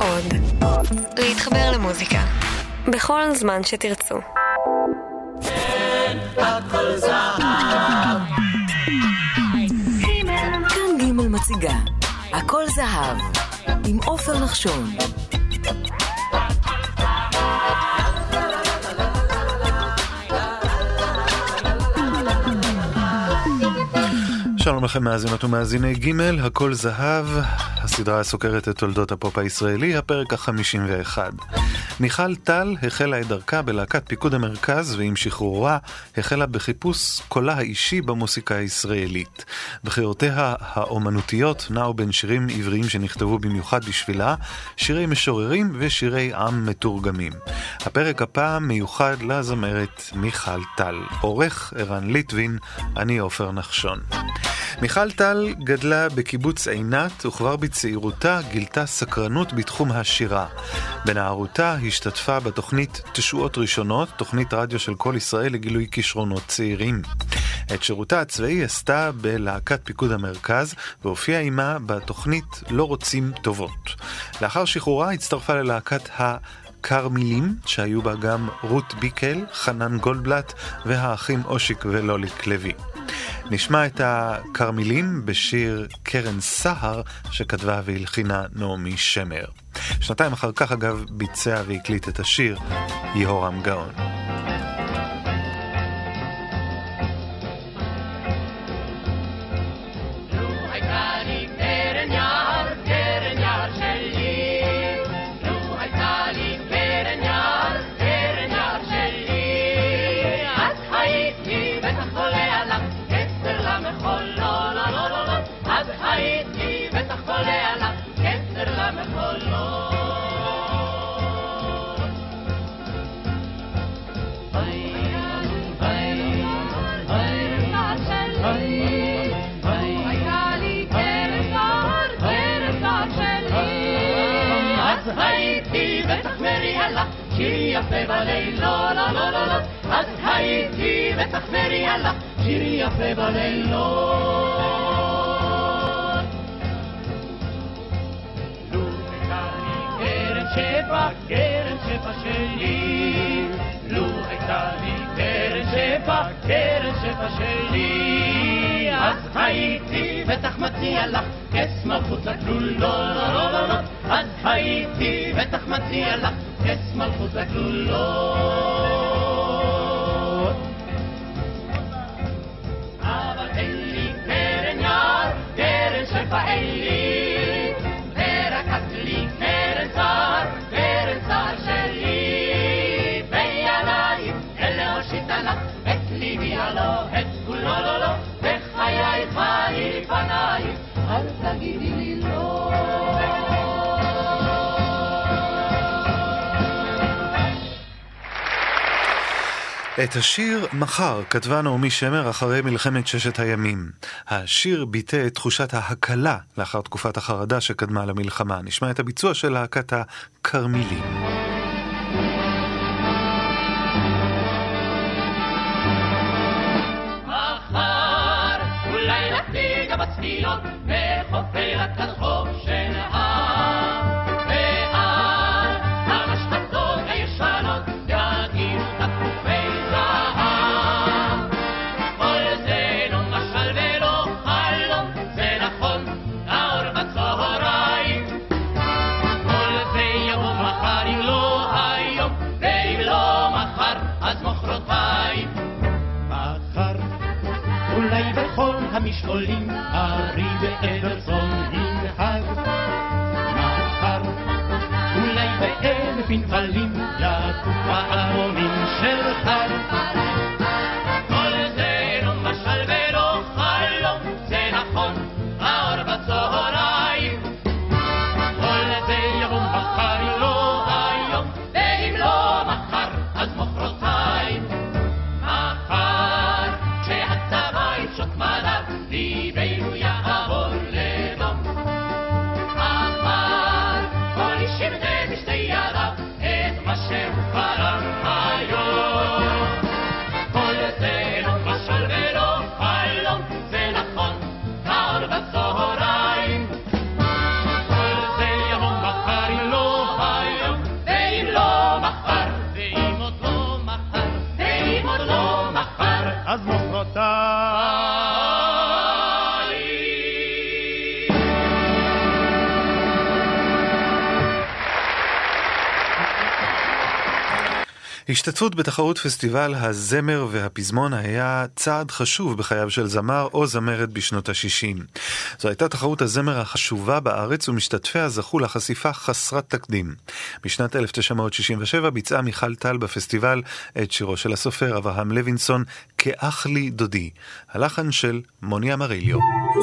עוד. להתחבר למוזיקה. בכל זמן שתרצו. הכל זהב. כאן גימל מציגה הכל זהב עם עופר נחשון. שלום לכם מאזינות ומאזיני גימל, הכל זהב, הסדרה הסוקרת את תולדות הפופ הישראלי, הפרק ה-51. מיכל טל החלה את דרכה בלהקת פיקוד המרכז, ועם שחרורה החלה בחיפוש קולה האישי במוסיקה הישראלית. בחירותיה האומנותיות נעו בין שירים עבריים שנכתבו במיוחד בשבילה, שירי משוררים ושירי עם מתורגמים. הפרק הפעם מיוחד לזמרת מיכל טל. עורך ערן ליטבין, אני עופר נחשון. מיכל טל גדלה בקיבוץ עינת, וכבר בצעירותה גילתה סקרנות בתחום השירה. בנערותה השתתפה בתוכנית תשועות ראשונות, תוכנית רדיו של כל ישראל לגילוי כישרונות צעירים. את שירותה הצבאי עשתה בלהקת פיקוד המרכז, והופיעה עימה בתוכנית לא רוצים טובות. לאחר שחרורה הצטרפה ללהקת קרמילים, שהיו בה גם רות ביקל, חנן גולדבלט והאחים אושיק ולוליק לוי. נשמע את הקרמילים בשיר קרן סהר שכתבה והלחינה נעמי שמר. שנתיים אחר כך אגב ביצע והקליט את השיר יהורם גאון. הייתי ותחמרי עלה שיר יפה בלילות, לא לא לא לא. אז הייתי ותחמרי עלה שיר יפה בלילות. לו הייתה לי קרן שפע, קרן שפע שלי. לו הייתה לי קרן שפע, קרן שפע שלי. אז הייתי ותחמתי עלה כס מלכות לכלול, לא לא לא לא לא. אז הייתי ותחמתי עלה כס מלכות לכלולות. אבל אין לי קרן יער, קרן שפע אין לי, ורקת לי קרן צער, קרן צער שלי. בידיים אלה הושיט עלה את ליבי הלא את כולו לא לא. בחיי חיי פניי אל תגידי לי לא. את השיר מחר כתבה נעמי שמר אחרי מלחמת ששת הימים. השיר ביטא את תחושת ההקלה לאחר תקופת החרדה שקדמה למלחמה. נשמע את הביצוע של להקת הקרמילים. מחר אולי נפליג בצפיות בחופי הכחול של ההר, ועל המשחטות הישנות יגיש תקופי זהב. כל זה לא משל ולא חלום, זה נכון, האור בצהריים. כל זה יבוא מחר אם לא היום, ואם לא מחר אז מחרתיים. מחר אולי בכל המשעולים הרי ואברצון ינהג. מחר אולי באלף נפלים יקום פעמונים של חג. כל זה לא משל ולא חלום, זה נכון, האור בצהריים. כל זה יבוא מחר אם לא היום, ואם לא מחר אז מחרתיים. מחר כשהצבא יפשוט מדיו, ליבנו יעבור לדום. השתתפות בתחרות פסטיבל הזמר והפזמון היה צעד חשוב בחייו של זמר או זמרת בשנות ה-60. זו הייתה תחרות הזמר החשובה בארץ ומשתתפיה זכו לחשיפה חסרת תקדים. בשנת 1967 ביצעה מיכל טל בפסטיבל את שירו של הסופר אברהם לוינסון כאח לי דודי, הלחן של מוני אמריליו.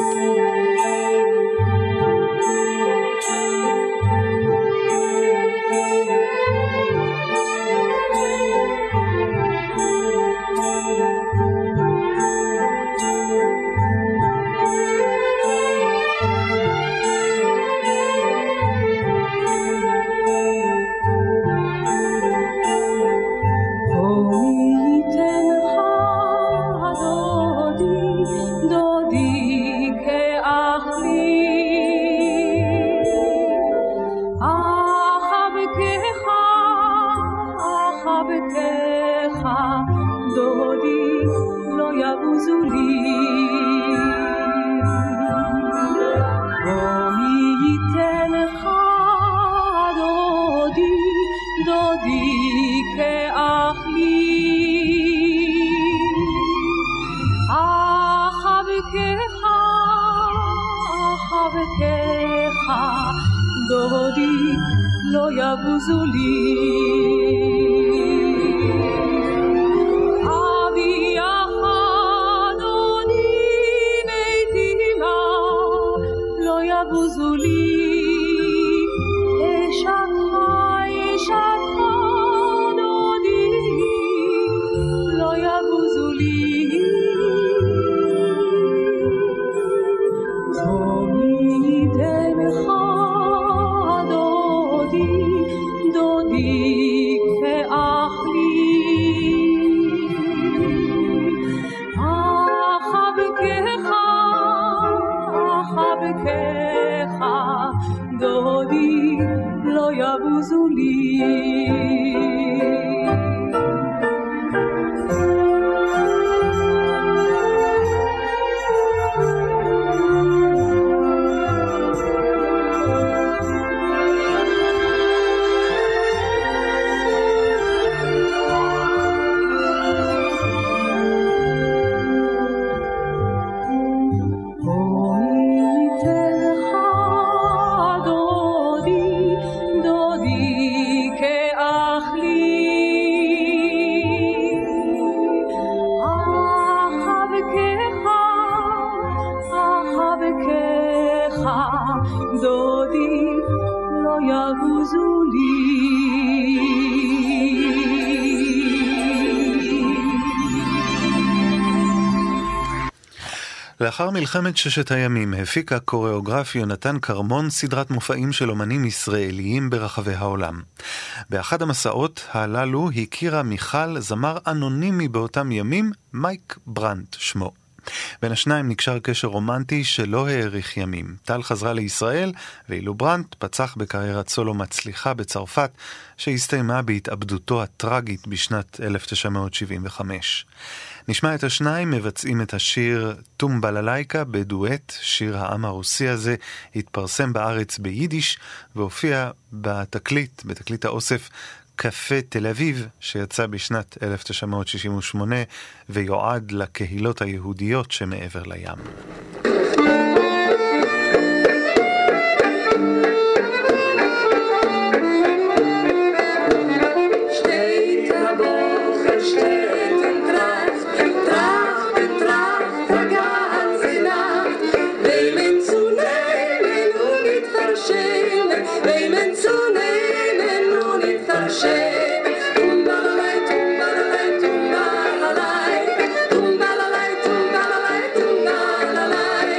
דודי לא יבוזו לי אבי יחד דודי ביתימה לא יבוזו לי אשתך דודי לא יבוזו לי דודי לא יבוזו לי דודי לא יבוזו לי לאחר מלחמת ששת הימים הפיק הקוריאוגרף יונתן קרמון סדרת מופעים של אומנים ישראליים ברחבי העולם. באחד המסעות הללו הכירה מיכל זמר אנונימי באותם ימים, מייק ברנט שמו. בין השניים נקשר קשר רומנטי שלא האריך ימים. טל חזרה לישראל, ואילו ברנט פצח בקריירת סולו מצליחה בצרפת, שהסתיימה בהתאבדותו הטרגית בשנת 1975. נשמע את השניים מבצעים את השיר טומבללייקה בדואט. שיר העם הרוסי הזה התפרסם בארץ ביידיש, והופיע בתקליט האוסף קפה תל אביב, שיצא בשנת 1968 ויועד לקהילות היהודיות שמעבר לים. Tumbalalai, tumbalalai, tumbalalai, tumbalalai.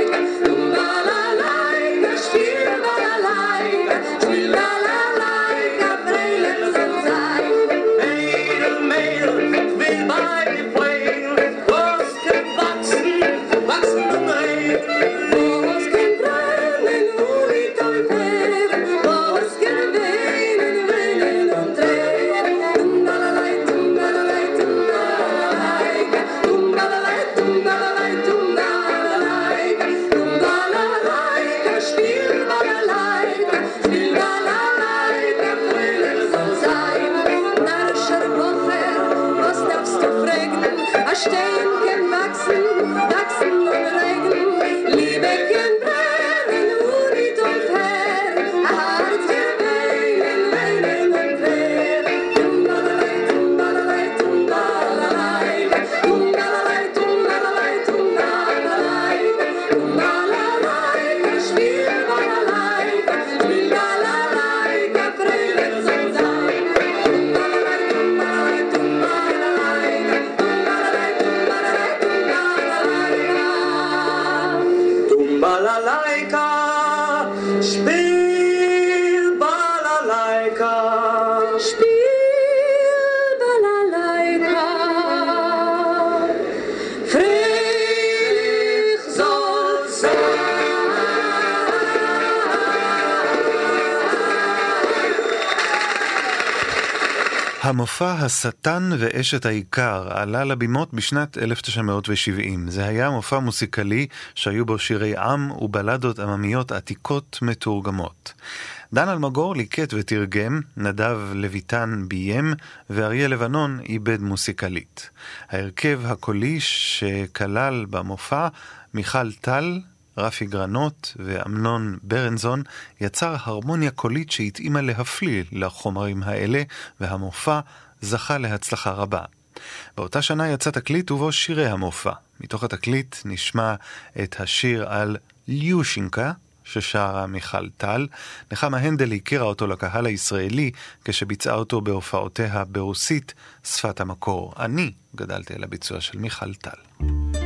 המופע השטן ואשת העיקר עלה לבימות בשנת 1970. זה היה מופע מוסיקלי שהיו בו שירי עם ובלדות עממיות עתיקות מתורגמות. דן אלמגור ליקט ותרגם, נדב לויטן ביים ואריה לבנון איבד מוסיקלית. ההרכב הקולי שכלל במופע מיכל טל, רפי גרנות ואמנון ברנזון יצר הרמוניה קולית שהתאימה להפליא לחומרים האלה, והמופע זכה להצלחה רבה. באותה שנה יצא תקליט ובו שירי המופע. מתוך התקליט נשמע את השיר על ליושינקה ששרה מיכל טל. נחמה הנדל הכירה אותו לקהל הישראלי כשביצעה אותו בהופעותיה ברוסית, שפת המקור. אני גדלתי על הביצוע של מיכל טל.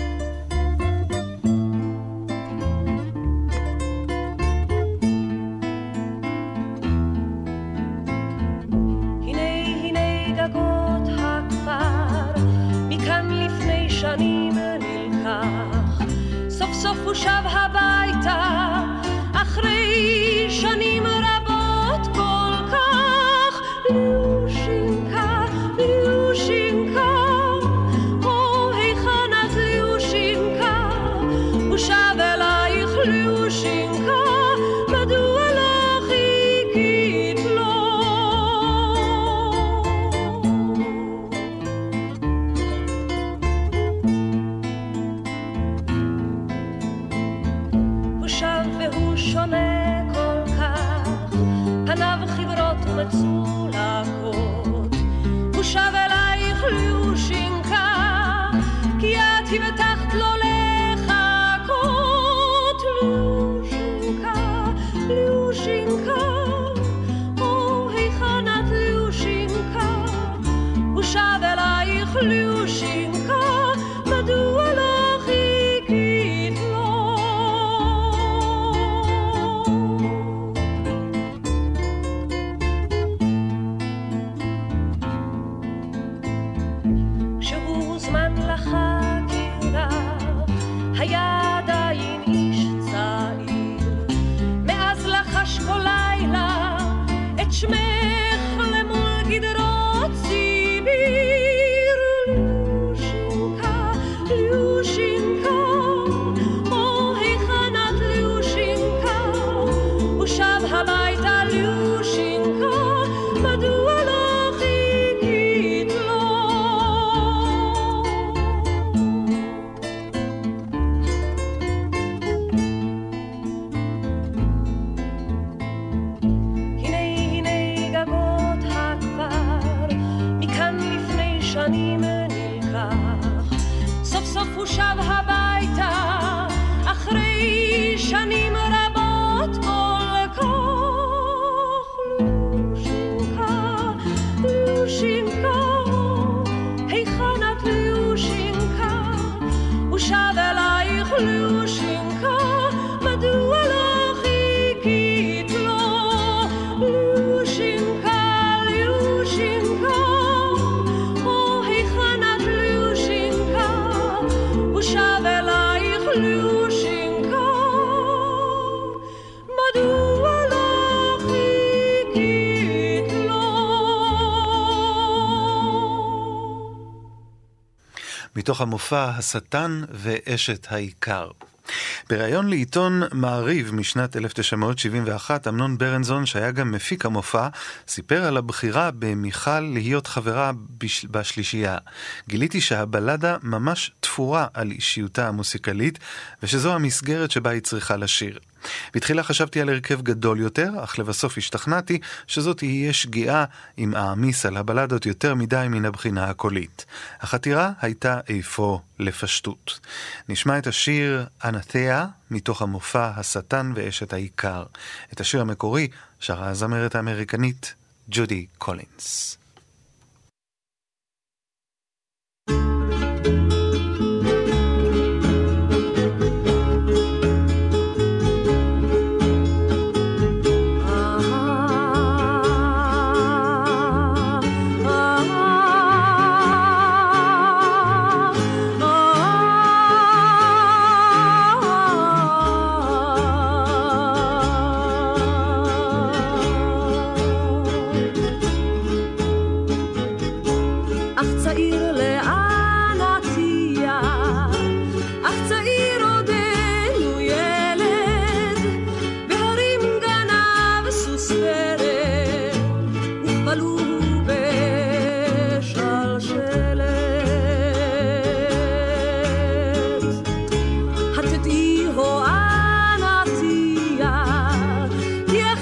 סוף הוא שב הביתה אחרי שנים רבות כל כך. ליושינקה, ליושינקה, או היכן את ליושינקה? הוא שב אלייך ליושינקה, מדוע לא חיכית לו? שונה כל כך, פניו חברות ומצולקות. הוא שב אלייך ליושינקה, כי את הבטחת לו לחכות. ליושינקה, ליושינקה, או היכן את ליושינקה? הוא שב אלייך ליושינקה, מדוע לא חיכית לו? היה עדיין איש צעיר, מאז לחש כל לילה את שמך למול גדרות סיביר. ליושינקה, ליושינקה, או היכן את ליושינקה? הוא שב הביתה ליושינקה, מדוע לא חיכית לו? שנים נלקח, סוף סוף הוא שב הביתה אחרי שנים רבות כל כך. ליושינקה, ליושינקה, היכן את ליושינקה? הוא שב אלייך ליושינקה, מדוע לא חיכית לו? ליושינקה, ליושינקה, שב אלייך ליושינקה, מדוע לא חיכית לו? מתוך המופע השטן ואשת העיקר. בריאיון לעיתון מעריב משנת 1971, אמנון ברנזון, שהיה גם מפיק המופע, סיפר על הבחירה במיכל להיות חברה בשלישייה. גיליתי שהבלדה ממש תפורה על אישיותה המוסיקלית, ושזו המסגרת שבה היא צריכה לשיר. בתחילה חשבתי על הרכב גדול יותר, אך לבסוף השתכנעתי שזאת תהיה שגיאה אם אעמיס על הבלדות יותר מדי מן הבחינה הקולית. החתירה הייתה איפה לפשטות. נשמע את השיר אנתיה מתוך המופע השטן ואשת העיקר. את השיר המקורי שרה הזמרת האמריקנית ג'ודי קולינס.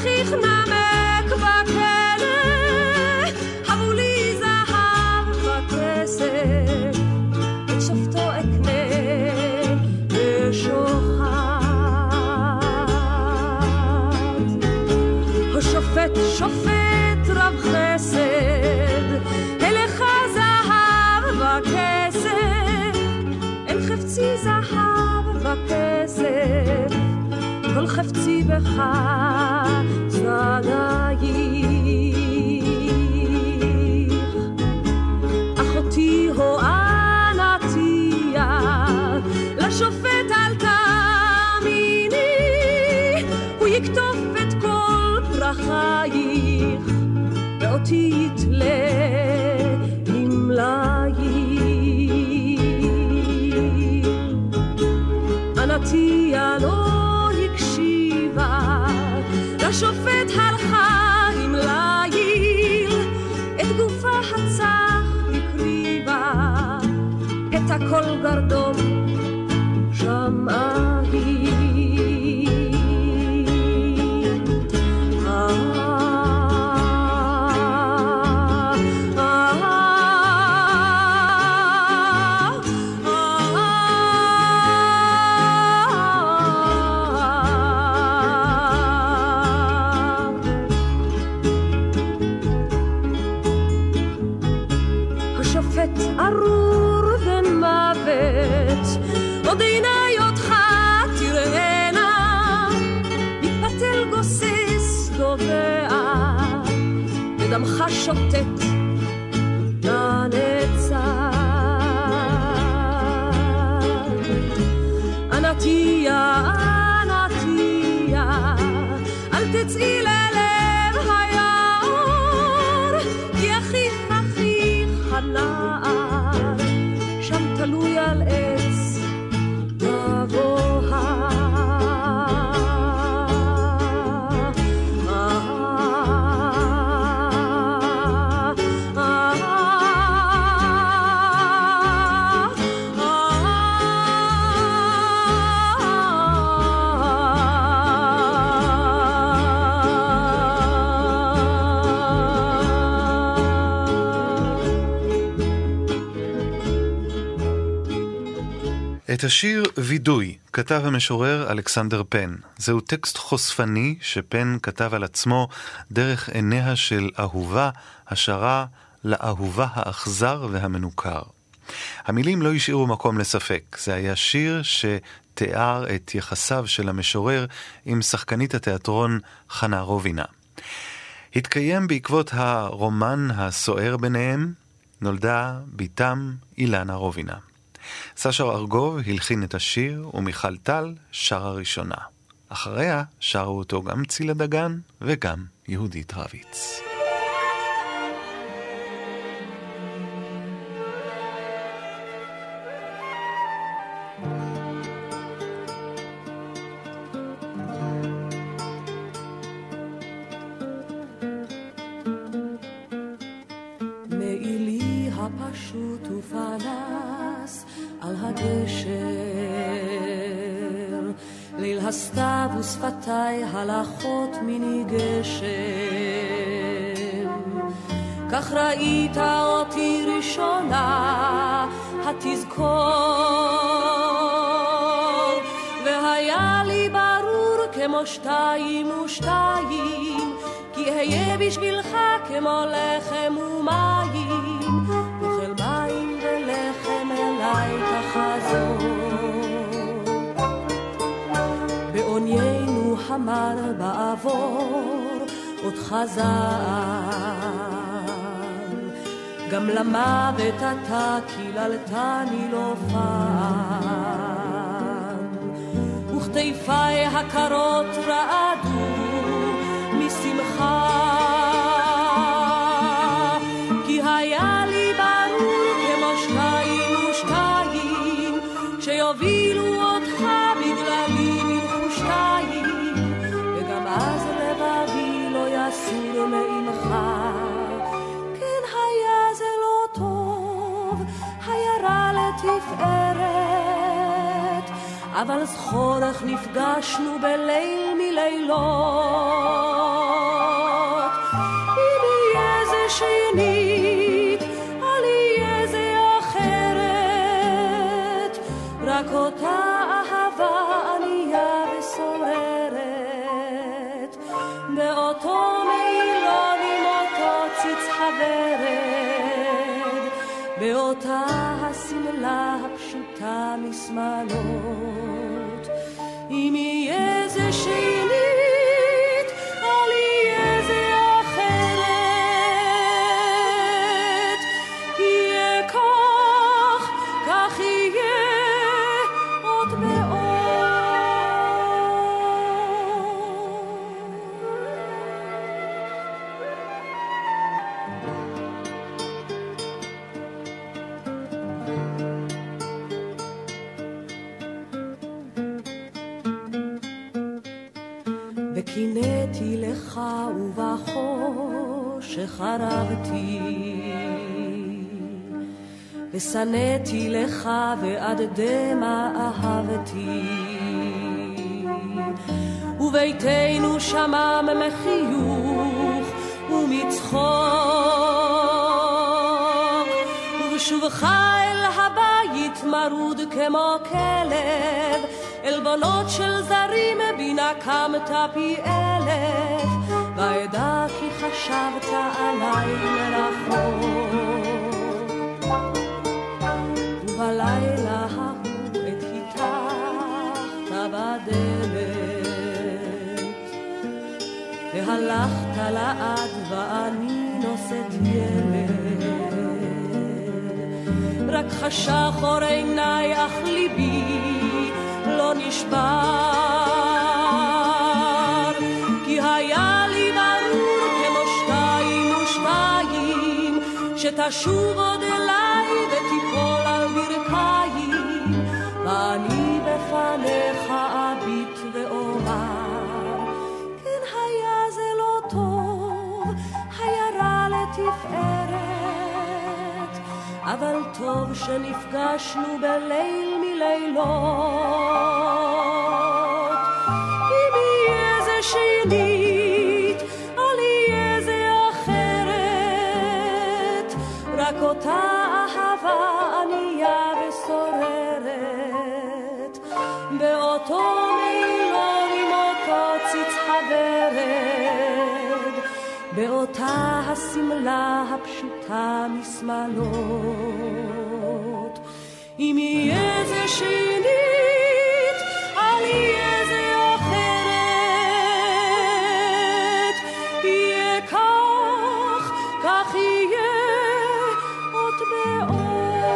יחיך נמק בכלא, הבו לי זהב וכסף, את שופטו אקנה בשוחד. השופט שופט רב חסד, הלך זהב וכסף, אין חפצי זהב וכסף, כל חפצי בך צדייך. אחותי הוענתיה, לשופט אל תאמיני, הוא יקטוף את כל פרחייך, ואותי יתלה נמלייך. ענתיה לא השופט הלכה עם ליל, את גופה הצח הקריבה, את הכל גרדום שמעה היא. ארור ומוות, עוד עיניי אותך תראינה, מתפתל גוסס גובע, ודמך שוטט לנצח. ענתיה, ענתיה, אל תצאי ללב היעור, כי אחיך הנער שם תלוי על עץ גבוה. את השיר וידוי כתב המשורר אלכסנדר פן. זהו טקסט חושפני שפן כתב על עצמו דרך עיניה של אהובה השרה לאהובה האכזר והמנוכר. המילים לא השאירו מקום לספק. זה היה שיר שתיאר את יחסיו של המשורר עם שחקנית התיאטרון חנה רובינה. התקיים בעקבות הרומן הסוער ביניהם, נולדה ביתם אילנה רובינה. סשה ארגוב הלחין את השיר ומיכל טל שרה ראשונה. אחריה שרו אותו גם צילה דגן וגם יהודית רביץ. מעילי הפשוט ופנס על הגשר, ליל הסתיו ושפתיי הלכות מיני גשם, כך ראית אותי ראשונה התזכור, והיה לי ברור כמו 2 ו2, כי היה בשבילך כמו לחם ומים, וכל מים ולחם אליי תחזור. בעוניינו המר בעבור עוד חזר, גם למוות אתה קיללתני לא פעם, וכתפיי הקרות רעדו משמחה, כי היה לי ברור כמו 2 ו2 שיובילו אותך בגללים עם חושתיים, וגם אז לבבי לא יסור מעמך. כן היה זה לא טוב, היה רע לתפארת, אבל זכורך נפגשנו בליל מלילות, שנית, עלי איזה אחרת, רק אותה אהבה ענייה וסוררת, באותו מעילון עם אותו ציץ חברד, באותה השמלה הפשוטה משמאלות, אם יהיה זה שנית, עלי איזה אחרת, יהיה כך, כך יהיה עוד מאוד. וקינאתי לך ובחושך ערבתי, ושנאתי לך ועד דמע אהבתי, וביתנו שמם מחיוך ומצחוק, ובשובך אל הבית מרוד כמו כלב, אלבונות של זרים בינה קמת פי אלף, ואדע כי חשבת עליי מרחוק, ובלילה ההוא את היתכת בדלת, והלכת לעד ואני נושאת ילד, רק חשך אור עיניי אך ליבי לא נשבר, כי היה לי ברור כמו שתיים ושתיים, שתשוב עוד אליי ותיפול על ברכיים, ואני בפניך אביט ואומר, כן היה זה לא טוב, היה רע לתפארת, אבל טוב שנפגשנו בליל מלילות. אם יהיה זה שנית, עלי איזה אחרת, רק אותה אהבה ענייה וסוררת, באותו מילון עם אותו ציץ חברד, באותה השמלה הפשוטה משמאלות. אם יהיה זה שנית, עלי איזה אחרת, יהיה כך, כך יהיה עוד מאוד.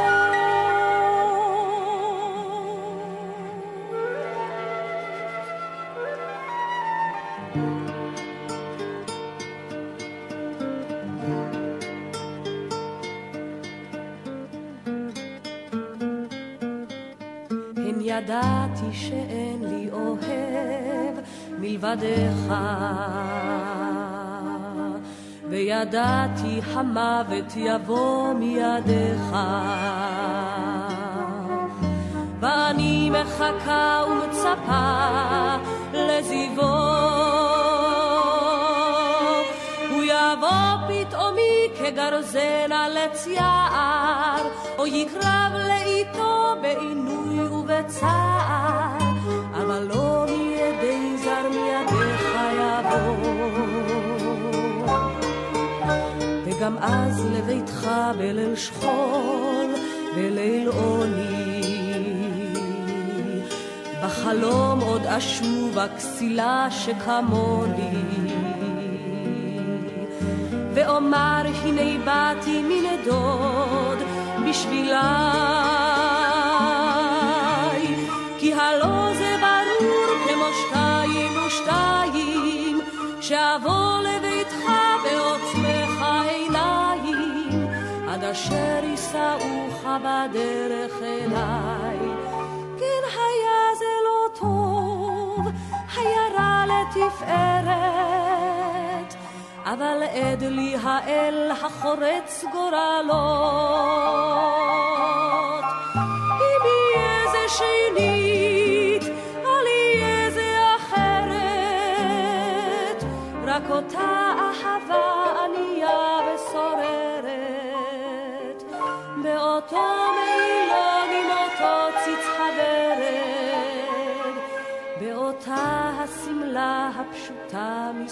ידעתי שאין לי אוהב מלבדך, וידעתי המוות יבוא מידיך, ואני מחכה ומצפה לזיבו, הוא יבוא פתאומי כגרזן על עץ יער, או יקרב לאיתו בעינוי ובצער, אבל לא מידי זר מידיך יבוא, וגם אז לביתך בליל שכול, בליל עוני, בחלום עוד אשוב הכסילה שכמוני, ואומר הנה באתי מנדוד בשבילי, כי הלא זה ברור כמו שתיים ושתיים, שאבוא לביתך בעוצמך עיניים, עד אשר יישאוך בדרך אליי. כן היה זה לא טוב, היה רע לתפארת, אבל עד לי האל החורץ גורלות. אם יהיה זה שנית, עלי איזה אחרת, רק אותה אהבה ענייה וסוררת, באותו מילון עם אותו ציץ חברד, באותה הסמלה הפשוטה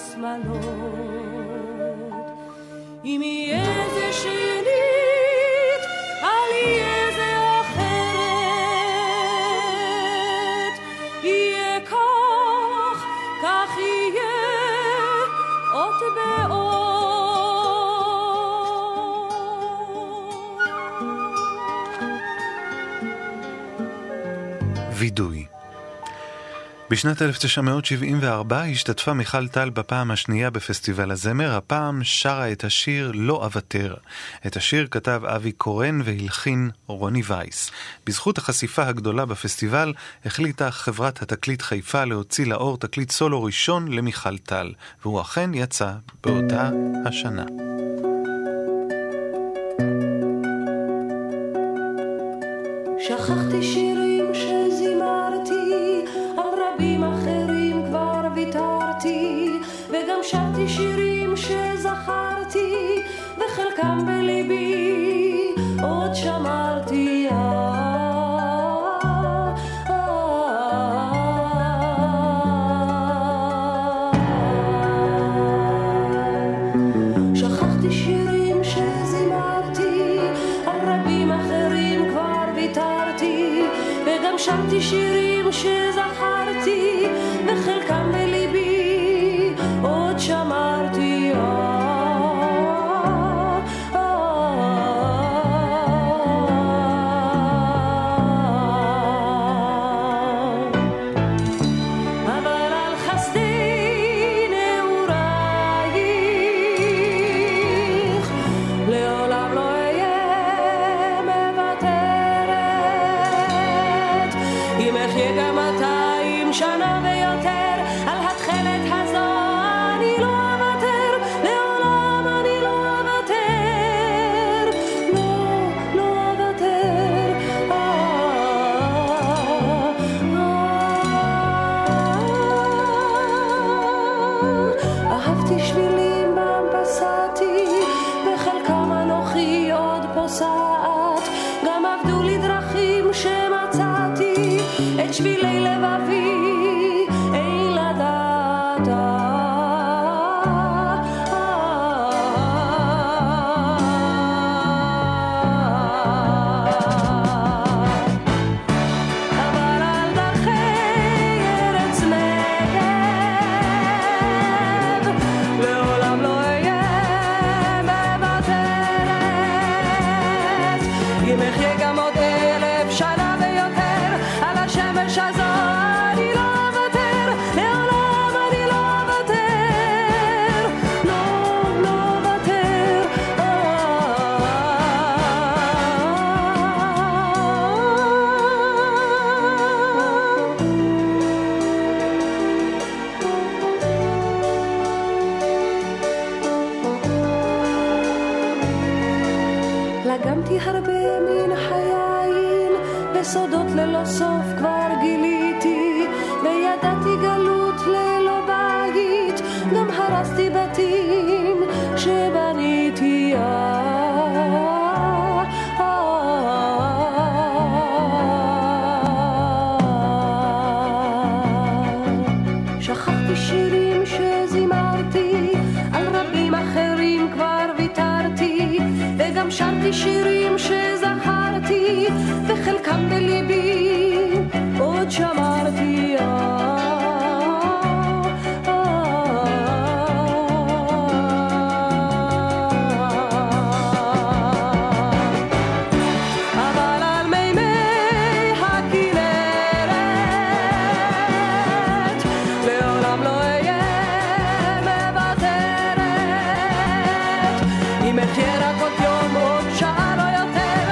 משמאלות. אם יהיה זה שנית, אל יהיה זה אחרת, יהיה כך יהיה אות באות. וידוי. בשנת 1974 השתתפה מיכל טל בפעם השנייה בפסטיבל הזמר, הפעם שרה את השיר לא אוותר. את השיר כתב אבי קורן והלחין רוני וייס. בזכות החשיפה הגדולה בפסטיבל החליטה חברת התקליט חיפה להוציא לאור תקליט סולו ראשון למיכל טל, והוא אכן יצא באותה השנה. שכחתי שירים שזימרתי, על רבים אחרים כבר ויתרתי, וגם שרתי שירים שזכרתי, וחלקם בליבי עוד שמרתי. שכחתי שירים שזימרתי, על רבים אחרים כבר ויתרתי, וגם שרתי שירים שזכרתי, וחלקם בליבי עוד שמרתי. אבל על חסדי נעורייך לעולם לא אהיה מוותרת, אם אחיה גם 200 שנה ויותר, על התכלת הזו אני לא אוותר, לעולם אני לא אוותר, לא אוותר. אהבתי שבילים בם פסעתי, בחלקם אנוכי עוד פוסעת, גם עבדו לי דרכים שמצאתי, את שבילי לבבי אין לדעת. אבל על דרכי ארץ נגב לעולם לא אהיה מוותרת, אם אחיה גם עוד 1000 שנה ויותר, על השמש הזו אני לא אוותר, לעולם אני לא אוותר, לא אוותר. לגמתי הרבה מן חיין, בסודות ללא סוף כבר גיליתי, וידעתי גלות ללא בית, גם הרסתי בתים שבניתי. שכחתי שירים שזימרתי, על רבים אחרים כבר ויתרתי, וגם שרתי שירים שזכרתי, וחלקם בליבי עוד שמרתי. אבל על מימי הכנרת לעולם לא אהיה מוותרת, אם אחיה רק עוד יום עוד שעה לא יותר,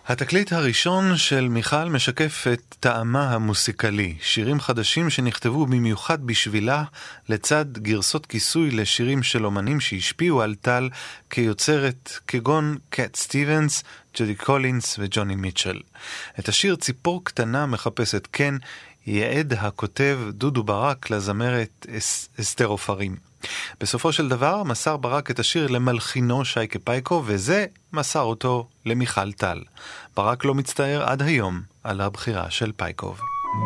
התקליט הראשון של מיכל משקף את טעמה המוסיקלי, שירים חדשים שנכתבו במיוחד בשבילה, לצד גרסות כיסוי לשירים של אומנים שהשפיעו על טל כיוצרת, כגון קט סטיבנס, ג'ודי קולינס וג'וני מיטשל. את השיר ציפור קטנה מחפשת כן יעד הכותב דודו ברק לזמרת אסתר עופרים. בסופו של דבר מסר ברק את השיר למלחינו שייקה פייקו, וזה מסר אותו למיכל טל. ברק לא מצטער עד היום על הבחירה של פייקוב.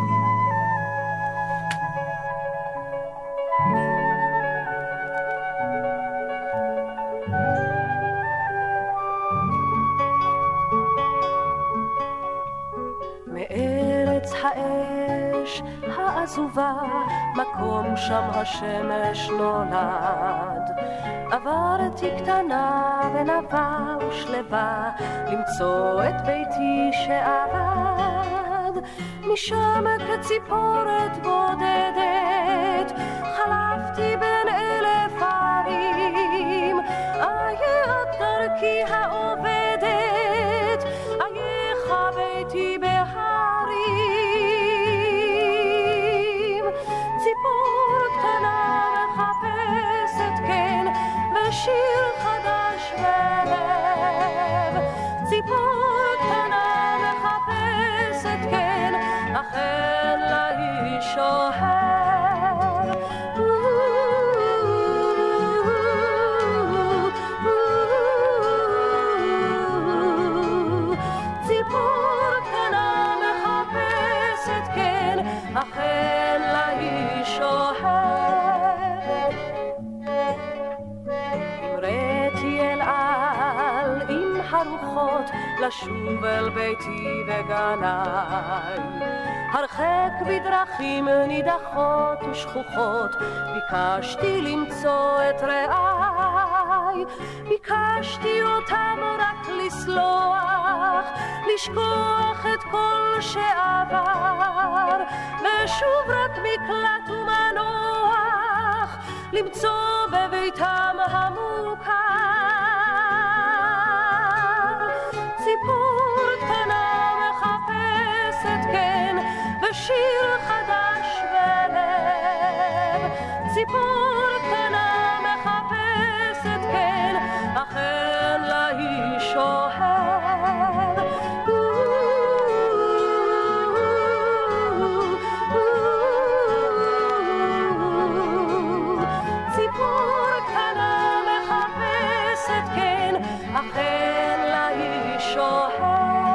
מארץ האש העזובה, מקום שם השמש נולד, עברתי קטנה ונבה ושלווה למצוא את ביתי שאבד. משם כציפורת בודדת חלפתי בין 1000 ערים, איה את דרכי העובדת, אייך ביתי בהרים. ציפור קטנה מחפשת כן ושיר חדש בלב, ציפור קטנה מחפשת כן אכן לאיש אוהב. ציפור קטנה מחפשת כן אכן לאיש אוהב. המראתי אל על עם הרוחות לשוב אל ביתי וגניי, הרחק בדרכים נידחות ושכוחות ביקשתי למצוא את רעי, ביקשתי אותם רק לסלוח, לשכוח את כל שעבר, ושוב רק מקלט ומנוח למצוא בביתם המוכר. ציפור קטנה מחפשת כן ושיר חדש בלב, ציפור קטנה מחפשת כן אכן לאיש אוהב. ציפור קטנה מחפשת כן אכן לאיש אוהב.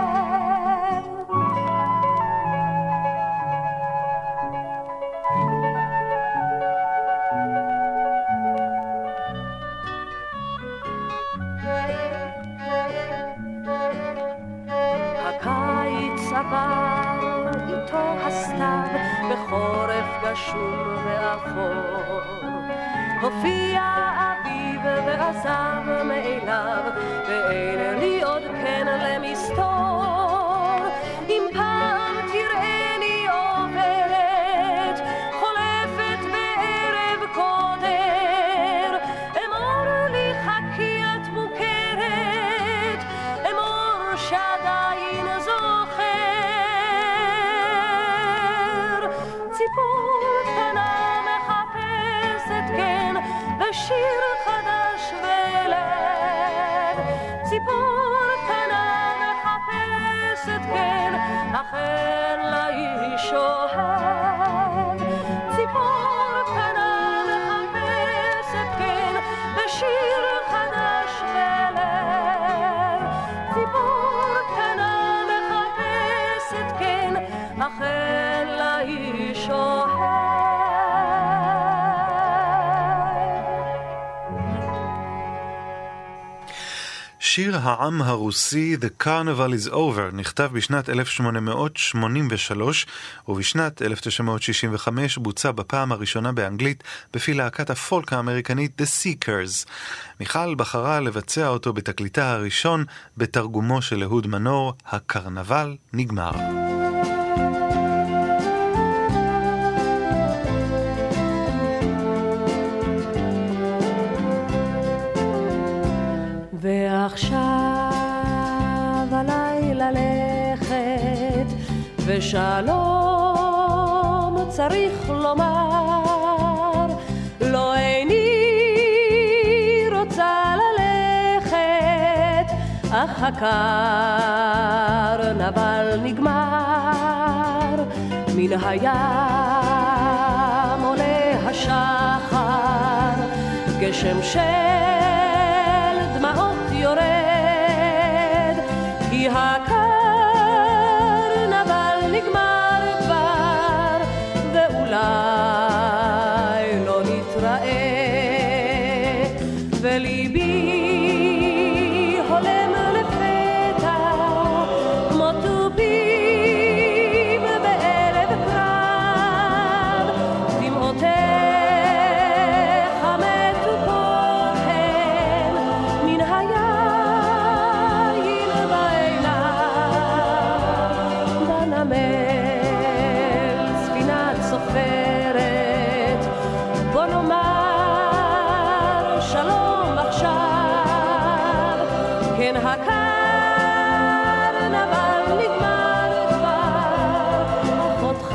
הקיץ עבר איתו הסתיו בחורף גשום ואפור, הופיע אביב ועזב מאליו ואין לי עוד כן למסתור. אם פעם תראיני עוברת חולפת בערב קודר, אמור לי חכי את מוכרת, אמור שעדיין זוכר. ציפור קטנה מחפשת כן ושיר חדש ולב, ציפור קטנה מחפשת כן אכן לאיש אוהב. ציפור קטנה מחפשת כן ושיר חדש ולב, ציפור קטנה מחפשת כן אכן לאיש אוהב. שיר העם הרוסי The Carnival is Over נכתב בשנת 1883 ובשנת 1965 בוצע בפעם הראשונה באנגלית בפי להקת הפולק האמריקנית The Seekers. מיכל בחרה לבצע אותו בתקליטה הראשון בתרגומו של אהוד מנור, הקרנבל נגמר. ועכשיו הלילה ושלום צריך לומר, לא איני רוצה ללכת, אך הקרנבל נגמר, מן הים עולה השחר, גשם של דמעות יורד, כי הקרנבל נגמר כבר, ואולי לא נתראה, וליבי הולם לפתע כמו טובים בערב קרב, דמעותיך מתוקות הן מן היין בעיניו, בנמל ספינת סופרת, בוא נאמר שלום עכשיו, כן הקרנבל נגמר כבר, אך אותך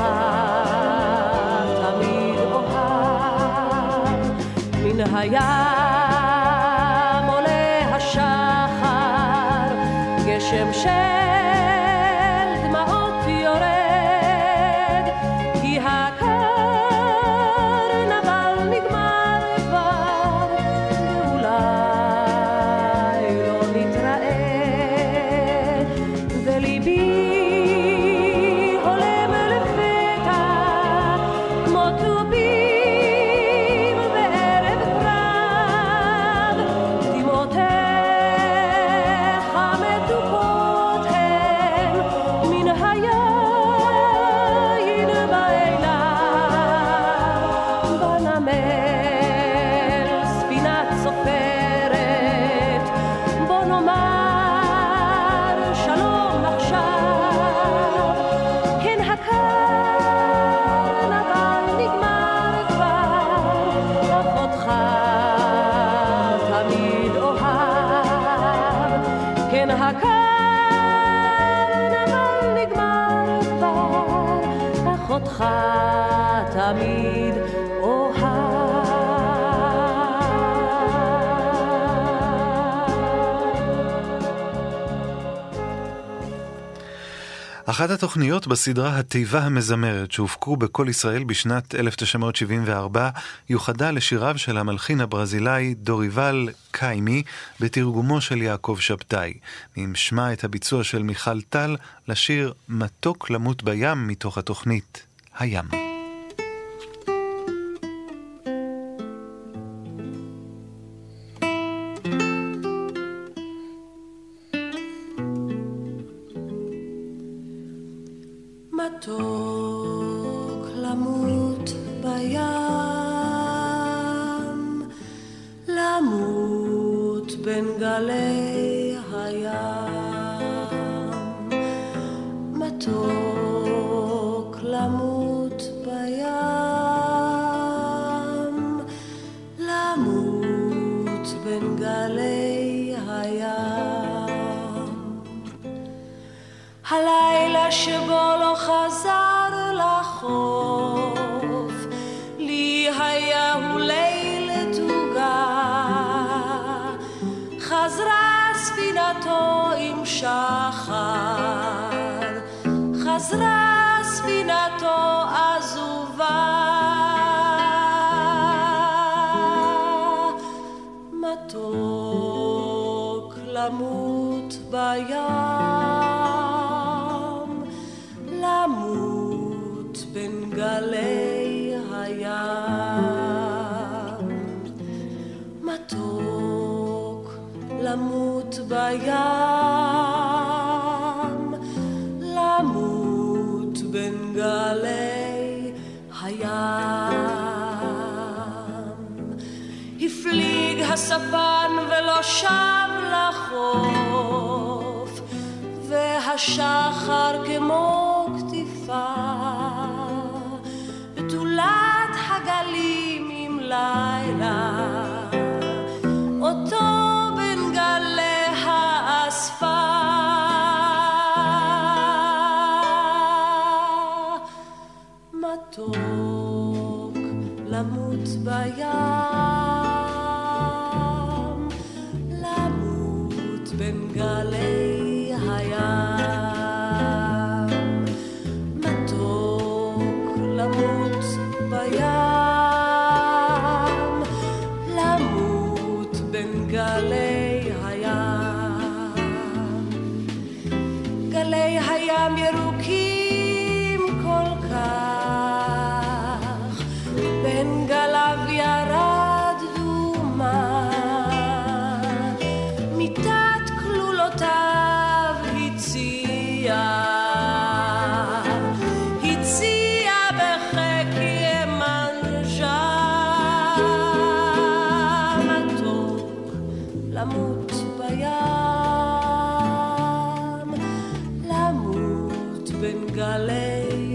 תמיד אוהב, מן הים עולה השחר, גשם של דמעות יורד, כי הקרנבל נגמר כבר, ואולי לא נתראה, וליבי הולם לפתע כמו טובים בערב קרב, דמעותיך מתוקות הן מן היין בעיניו, בנמל ספינת סופרת, בוא נאמר שלום עכשיו, כן הקרנבל נגמר כבר, אך אותך תמיד אוהב, כן הקרנבל נגמר כבר, אך אותך תמיד אוהב. אחת התוכניות בסדרה התיבה המזמרת שהופקו בכל ישראל בשנת 1974 יוחדה לשיריו של המלחין הברזילאי דוריבל קיימי בתרגומו של יעקב שבתאי. נשמע את הביצוע של מיכל טל לשיר מתוק למות בים מתוך התוכנית הים. מתוק למות בים, למות בין גלי הים, מתוק למות בים, למות בין גלי הים, הלילה שבו לא חזר לחוף, לי היה הוא ליל תוגה, חזרה ספינתו עם שחר, חזרה ספינתו עזובה, מתוק למות בים, למות בין גלי הים, מתוק למות בים, למות בין גלי הים. הפליג הספן ולא שב לחוף, והשחר כמו כתיפה, בתולת הגלים עם לילה, אותו בין גלי האספה. בים, למות בין גלי הים, מתוק למות בים, למות בין גלי הים, גלי הים ירוקים כל כך, בין גליו ירד דומה, מיטת כלולותיו הציע בחיק ימנג'ה, מתוק למות בים, למות בין גלי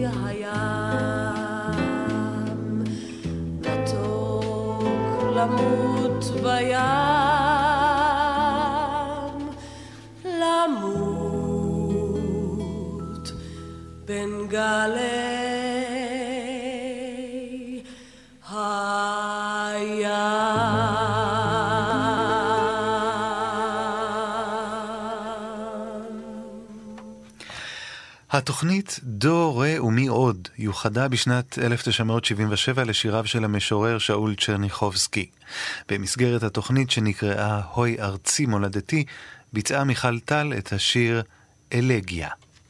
הים, מתוק למות בים, למות בין גלי התוכנית דו, רה ומי עוד יוחדה בשנת 1977 לשיריו של המשורר שאול צ'רניחובסקי. במסגרת התוכנית שנקראה הוי ארצי מולדתי, ביצעה מיכל טל את השיר אלגיה.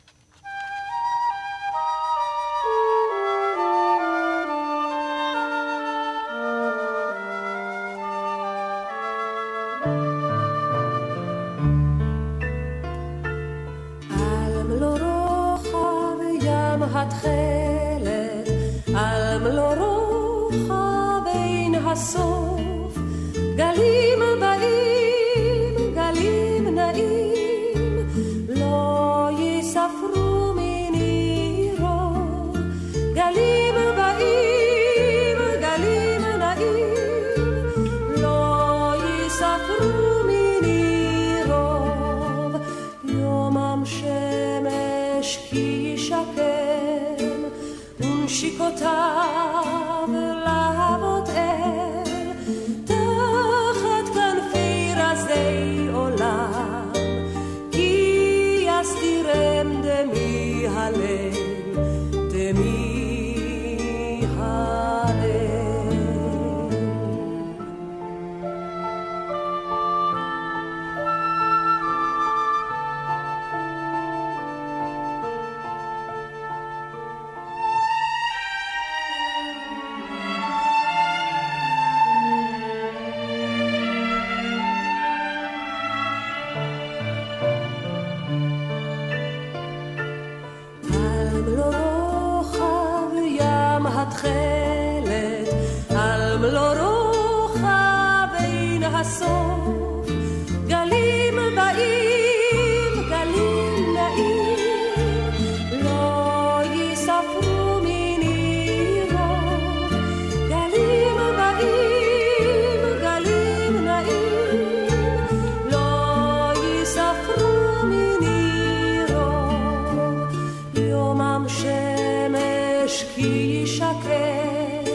התחלת על מלורוחה בין הסוף, גלים באים גלים נעים, לא יספרו מנירו, גלים באים גלים נעים, לא יספרו מנירו, יומם שמש כי ישקם ונשיקותיו להבות אל, תחת כנפי רזי עולם, כי יסתירם דמי הליל, דמי הליל. התחלת על מלורוחה בין הסוף, גלים באים גלים נעים, לא יספרו מנירו, גלים באים גלים נעים, לא יספרו מנירו, יומם שמש כי ישקם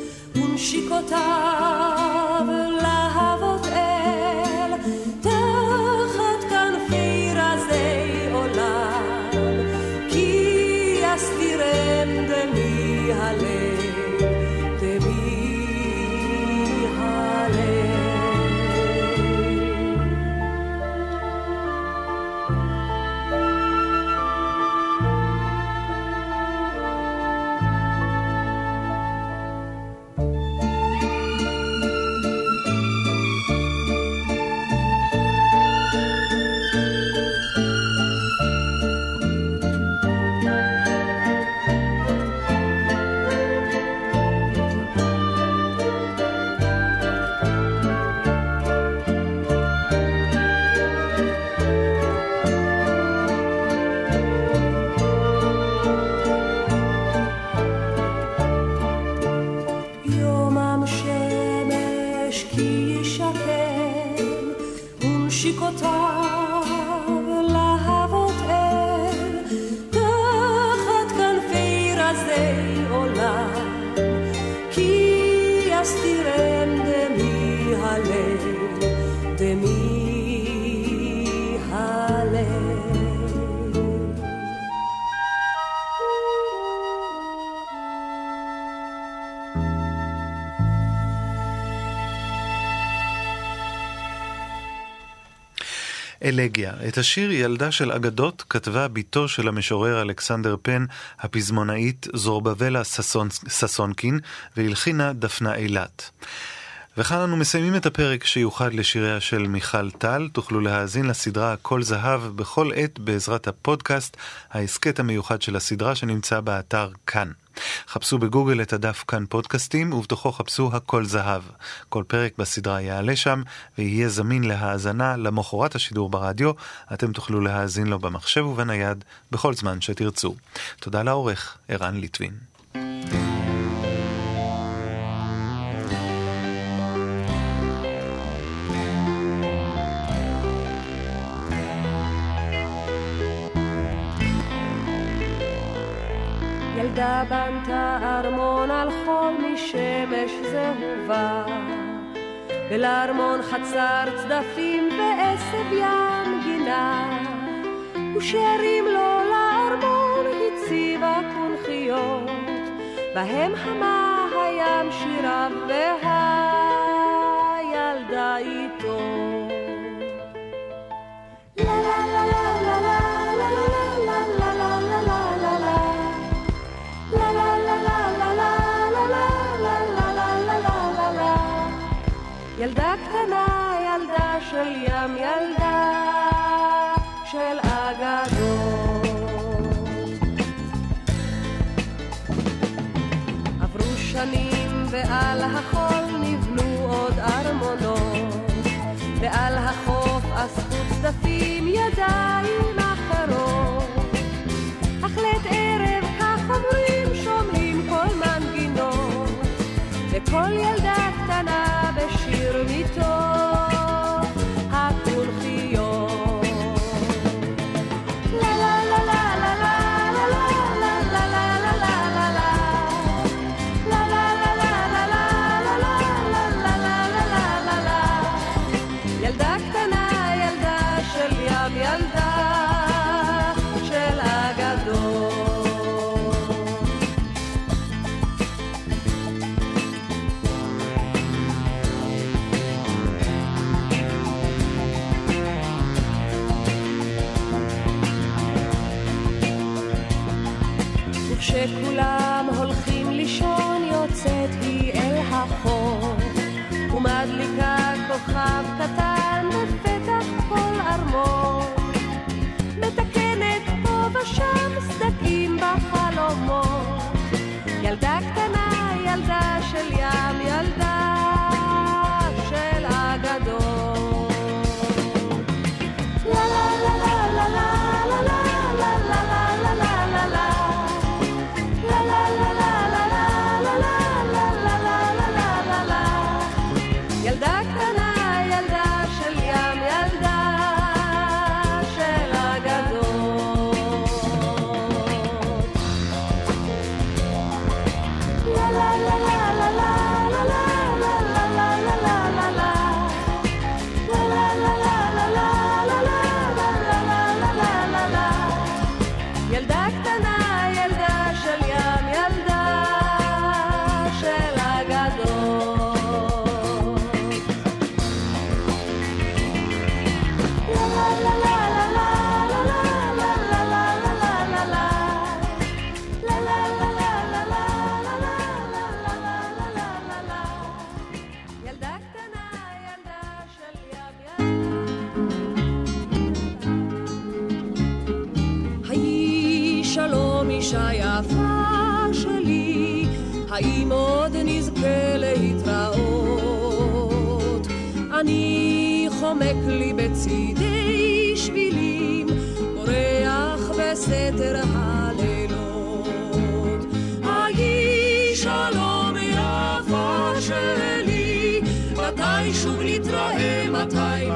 ונשיקותיו להבות אל, תחת כנפי רזי עולם, כי יסתירם דמי הליל, דמי הליל. נשיקותיו להבות אל, תחת כנפי רזי עולם, כי יסתיר אלגיה. את השיר ילדה של אגדות כתבה ביתו של המשורר אלכסנדר פן, הפזמונאית זורבבלה ססונקין, והלחינה דפנה אילת. וכאן אנו מסיימים את הפרק שיוחד לשיריה של מיכל טל. תוכלו להאזין לסדרה כל זהב בכל עת בעזרת הפודקאסט, העסקת המיוחד של הסדרה שנמצא באתר כאן. חפשו בגוגל את הדף כאן פודקאסטים, ובתוכו חפשו הכל זהב. כל פרק בסדרה יעלה שם, ויהיה זמין להאזנה למחרת השידור ברדיו. אתם תוכלו להאזין לו במחשב ובנייד בכל זמן שתרצו. תודה לעורך, ערן ליטווין. ילדה בנתה ארמון על חול משמש זהובה, ולארמון חצר צדפים ועשב ים גינה, ושערים לו לארמון הציבה קונכיות, בהם חמה הים שיריו והילדה איתו. לה לה לה לה לה לה לה לה לה לה ילדה קטנה, ילדה של ים, ילדה של אגדות. עברו שנים ועל החול נבנו עוד ארמונות, ועל החוף אספו צדפים ידיים אחרות, אך לעת ערב כך אומרים שומעים כל מנגינות, וכל ילדה קטנה בשיר מתוך הקונכיות. לה לה לה לה לה לה לה לה לה לה לה לה לה לה לה לה. ילדה קטנה, ילדה של ים, ילדה של אגדות. וכשכולם הולכים לישון יוצאת היא אל החוף, ומדליקה כוכב קטן בפתח כל ארמון, מתקנת פה ושם סדקים בחלומות. ילדה קטנה, ילדה של ים, ילדה של אגדות. לה לה לה לה לה לה לה לה לה לה לה לה לה. ילדה קטנה, ילדה של ים, ילדה של אגדות. לה לה לה לה לה לה לה לה לה לה לה לה לה לה. לה לה לה לה לה לה לה לה לה לה לה. ילדה קטנה, ילדה של ים, ילדה של אגדות. אישה יפה שלי, האם עוד נזכה להתראות? אני חומק לי בצידי שבילים, בורח בסתר הלילות. היי שלום יפה שלי, מתי שוב נתראה, מתי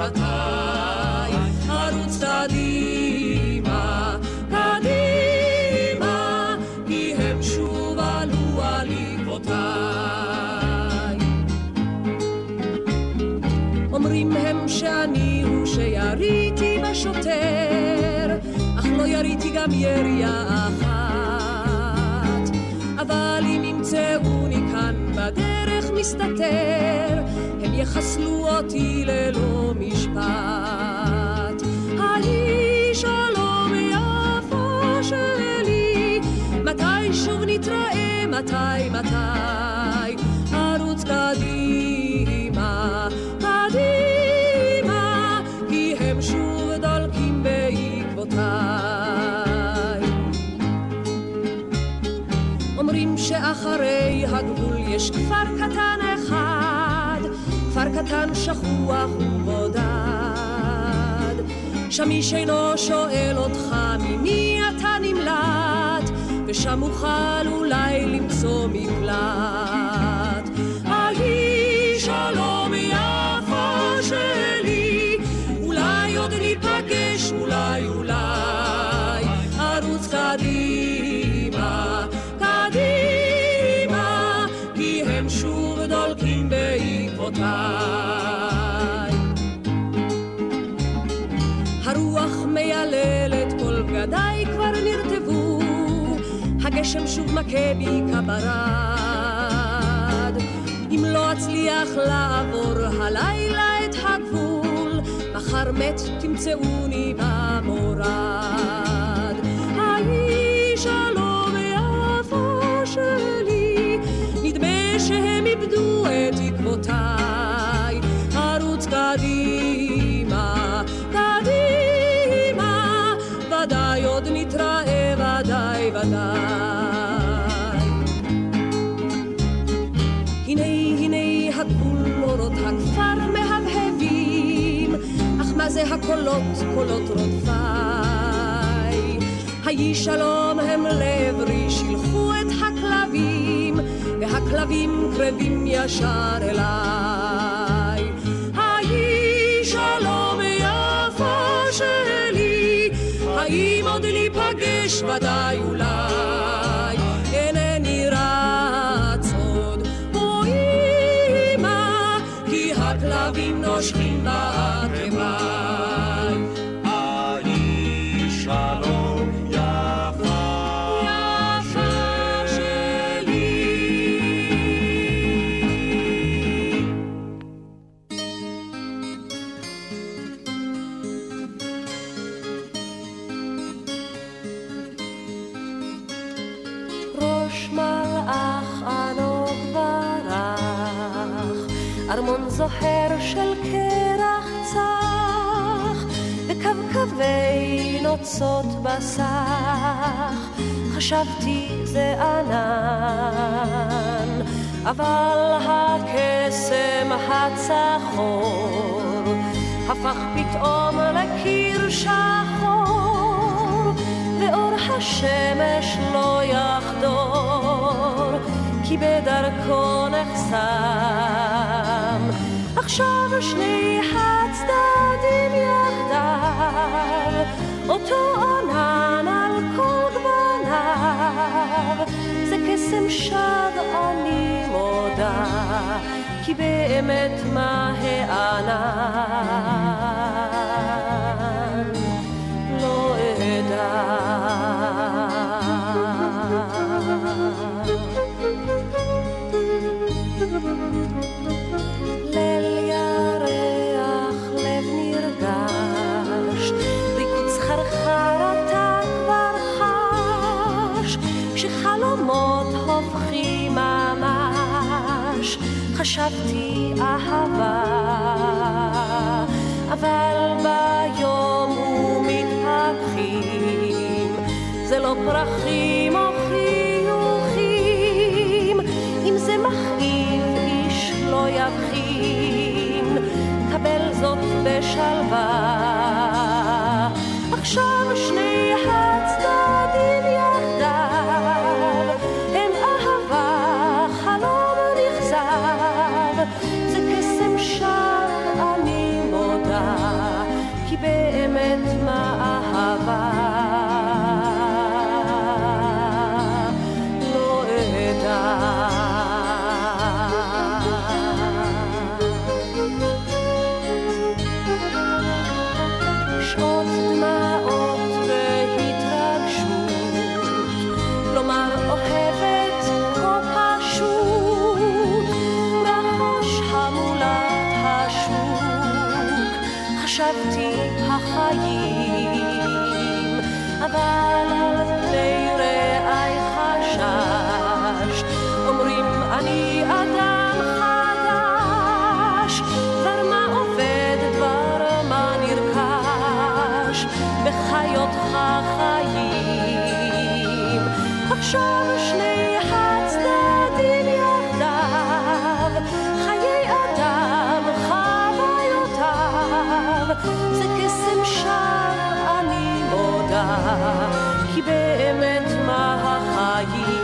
ארוץ קדימה, קדימה, כי הם שוב עלו על עקבותיי. אומרים הם שאני הוא שיריתי בשוטר, אך לא יריתי גם ירייה אחת. אבל אם ימצאוני כאן בדרך מסתתר, הם יחסלו אותי ללא משפט. שאחרי הגבול יש כפר קטן אחד, כפר קטן שכוח ובודד. שם איש אינו שואל אותך ממי אתה נמלט, ושם אוכל אולי למצוא מקלט. היי שלום יפה שלי, אולי עוד ניפגש, אולי ארוץ קדימה, קדימה, כי הם שוב דולקים בעקבותיי. הרוח מייללת, כל בגדיי כבר נרטבו, הגשם שוב מכה בי כברד. אם לא אצליח לעבור הלילה את הגבול, מחר מת תמצאוני במורד. היי שלום יפה שלי, נדמה שהם איבדו את עקבותיי. ארוץ קדימה, קדימה, ודאי עוד נתראה, ודאי ודאי. הנה הנה הגבול, אורות הכפר מהבהבים, אך מה זה הקולות, קולות רודפיי? היי שלום הם לעברי, שילחו את הכלבים, והכלבים קרבים ישר אליי. היי שלום יפה שלי, האם עוד ניפגש, ודאי אולי. אינני רץ עוד, או אמא, כי הכלבים נושכים בעקביי. היי שלום יפה, יפה שלי. ראש מלאך ענוג ורח, ארמון זוהר של קרח צח, וקווקווי נוצות בסך. חשבתי זה ענן, אבל הקסם הצחור הפך פתאום לקיר שחור, ואור השמש לא יחדור, כי בדרכו נחסם. עכשיו שני הצדדים יחדיו, אותו ענן על כל גווניו. זה קסם שד אני מודה, כי באמת מה הענן לא אדע. ליל ירח, לב נרגש, ריקוד סחרחר אתה כבר חש, שחלומות הופכים ממש. חשבתי אהבה, אבל ביום ומתהפכים, זה לא פרחים או חיוכים. אם זה מכאיב איש לא יבחין, קבל זאת בשלווה. עכשיו שני הצדדים יחדיו, הם אהבה, חלום נכזב. זה קסם שד אני מודה, כי באמת מה אהבה לא אדע. שעות דמעות והתרגשות, לומר אוהבת כה פשוט, בחוש המולת השוק. חשבתי החיים, אבל על פני רעי חשש, אומרים אני אדם חדש. דבר מה עובד, דבר מה נרכש, בחיותך חיים. עכשיו שני זה קסם שווא אני מודה, כי באמת מה החיים